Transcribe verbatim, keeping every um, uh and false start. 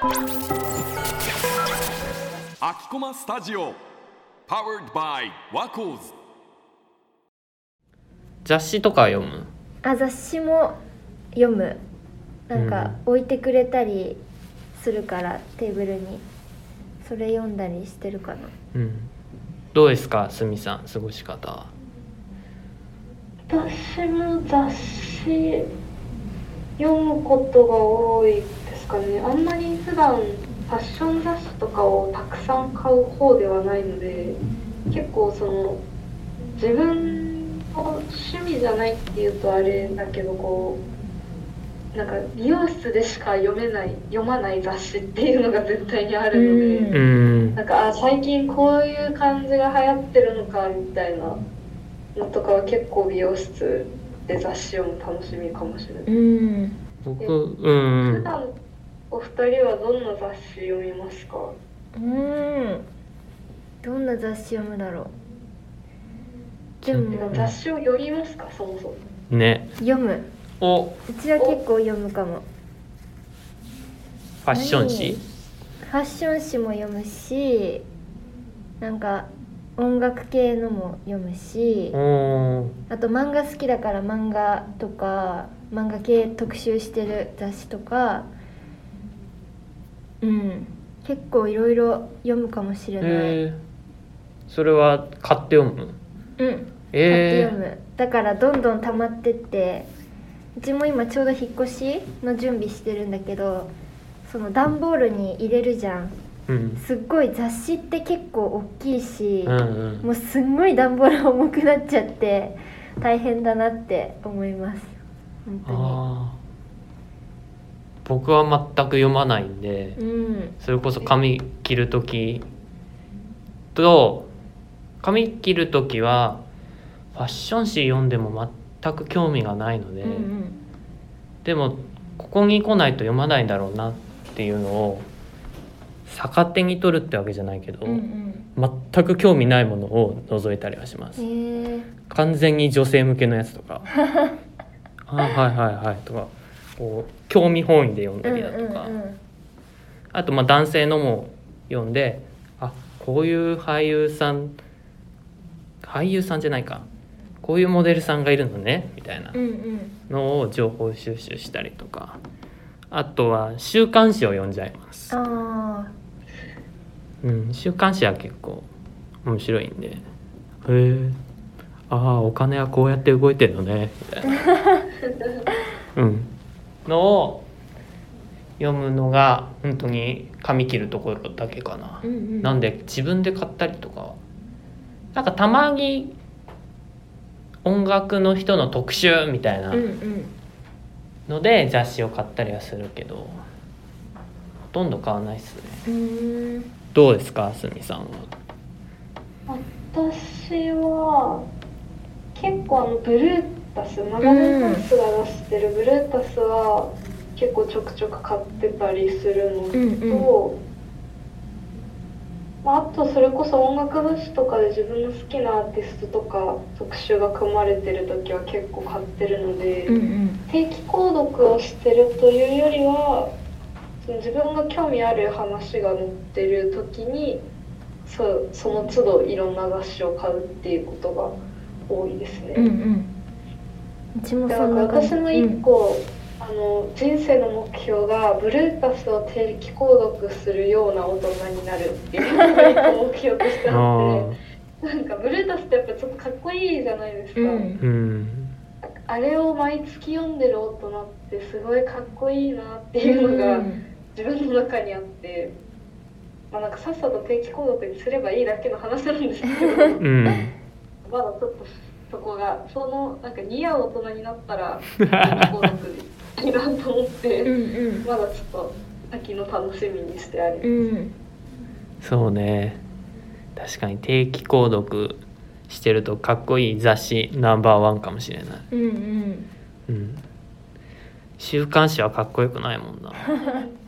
アキコマスタジオ Powered by ワコーズ。 雑誌とか読む？ あ、雑誌も読む。なんか置いてくれたりするから、うん、テーブルにそれ読んだりしてるかな。 うん。どうですか、すみさん、過ごし方は？ 私も雑誌読むことが多いですかね。あんまり普段ファッション雑誌とかをたくさん買う方ではないので、結構その自分の趣味じゃないっていうとあれだけど、こうなんか美容室でしか読めない読まない雑誌っていうのが絶対にあるので、 うん、 なんかあ最近こういう感じが流行ってるのかみたいなのとかは結構美容室で雑誌読む楽しみかもしれない。 うん、 僕、うん、 普段お二人はどんな雑誌読みますか？ うん、どんな雑誌読むだろう。でも雑誌を読みますか、そもそも。 ね。 読む。 お、 うちは結構読むかも。 ファッション誌？ ファッション誌も読むし、なんか音楽系のも読むし、あと漫画好きだから漫画とか漫画系特集してる雑誌とか、うん、結構いろいろ読むかもしれない。 えー、それは買って読む？ うん、 えー、 買って読む。だからどんどん溜まってって、うちも今ちょうど引っ越しの準備してるんだけど、その段ボールに入れるじゃん。うん、すっごい雑誌って結構大きいし、うんうん、もうすんごい段ボール重くなっちゃって大変だなって思います。本当に。あ、 僕は全く読まないんで、うん、それこそ髪切るときと髪切るときはファッション誌読んでも全く興味がないので、うんうん、でもここに来ないと読まないんだろうなっていうのを逆手に取るってわけじゃないけど、うんうん、全く興味ないものを覗いたりはします。完全に女性向けのやつとかあ、はいはいはいとか、こう興味本位で読んだりだとか、うんうんうん、あとまあ男性のも読んで、あ、こういう俳優さん俳優さんじゃないかこういうモデルさんがいるのねみたいなのを情報収集したりとか、あとは週刊誌を読んじゃいます。あ、うん、週刊誌は結構面白いんで、へえ、ああお金はこうやって動いてるのねみたいなうんのを読むのが本当に髪切るところだけかな、うんうん、なんで自分で買ったりとか、なんかたまに音楽の人の特集みたいなので雑誌を買ったりはするけど、ほとんど買わないっすね。うーん、どうですか、すみさんは？ 私は結構あのブルータス、マガジンタスが出してるブルータスは結構ちょくちょく買ってたりするのと、うんうん、まあ、あとそれこそ音楽雑誌とかで自分の好きなアーティストとか特集が組まれてる時は結構買ってるので、うんうん、定期購読をしてるというよりはその自分が興味ある話が載ってる時に そ, その都度いろんな雑誌を買うっていうことが多いですね。うんうん、うちもそんな感じ。私の一個、うん、あの人生の目標がブルータスを定期購読するような大人になるっていうのが一個目標としてあってなんかブルータスってやっぱちょっとかっこいいじゃないですか、うん、あれを毎月読んでる大人ってすごいかっこいいなっていうのが自分の中にあって、まあ、なんかさっさと定期購読にすればいいだけの話なんですけど、うん、まだちょっとそこがそのなんか似合う大人になったら定期購読でいいなと思ってうん、まだちょっと先の楽しみにしてあります、うん、 そうね、確かに定期購読してるとかっこいい雑誌ナンバーワンかもしれない。うんうん、うん、週刊誌はかっこよくないもんな